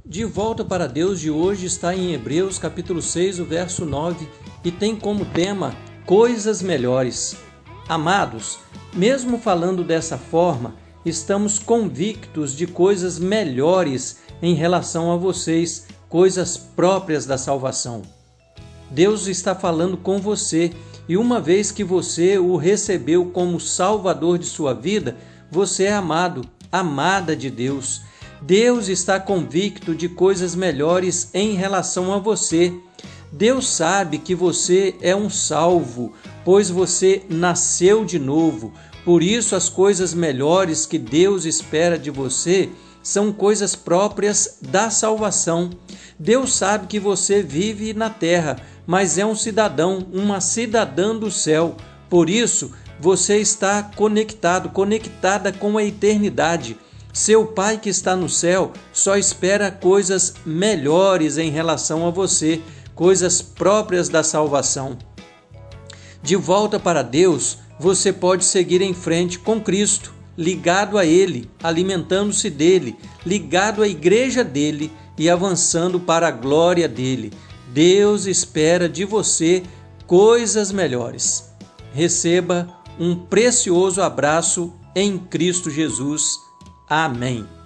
De volta para Deus de hoje está em Hebreus capítulo 6, o verso 9, e tem como tema coisas melhores. Amados, mesmo falando dessa forma, estamos convictos de coisas melhores em relação a vocês, coisas próprias da salvação. Deus está falando com você e uma vez que você o recebeu como Salvador de sua vida, você é amado, amada de Deus. Deus está convicto de coisas melhores em relação a você. Deus sabe que você é um salvo, pois você nasceu de novo. Por isso, as coisas melhores que Deus espera de você são coisas próprias da salvação. Deus sabe que você vive na terra, mas é um cidadão, uma cidadã do céu. Por isso, você está conectada com a eternidade. Seu Pai que está no céu só espera coisas melhores em relação a você, coisas próprias da salvação. De volta para Deus, você pode seguir em frente com Cristo, ligado a Ele, alimentando-se dEle, ligado à igreja dEle e avançando para a glória dEle. Deus espera de você coisas melhores. Receba um precioso abraço em Cristo Jesus. Amém.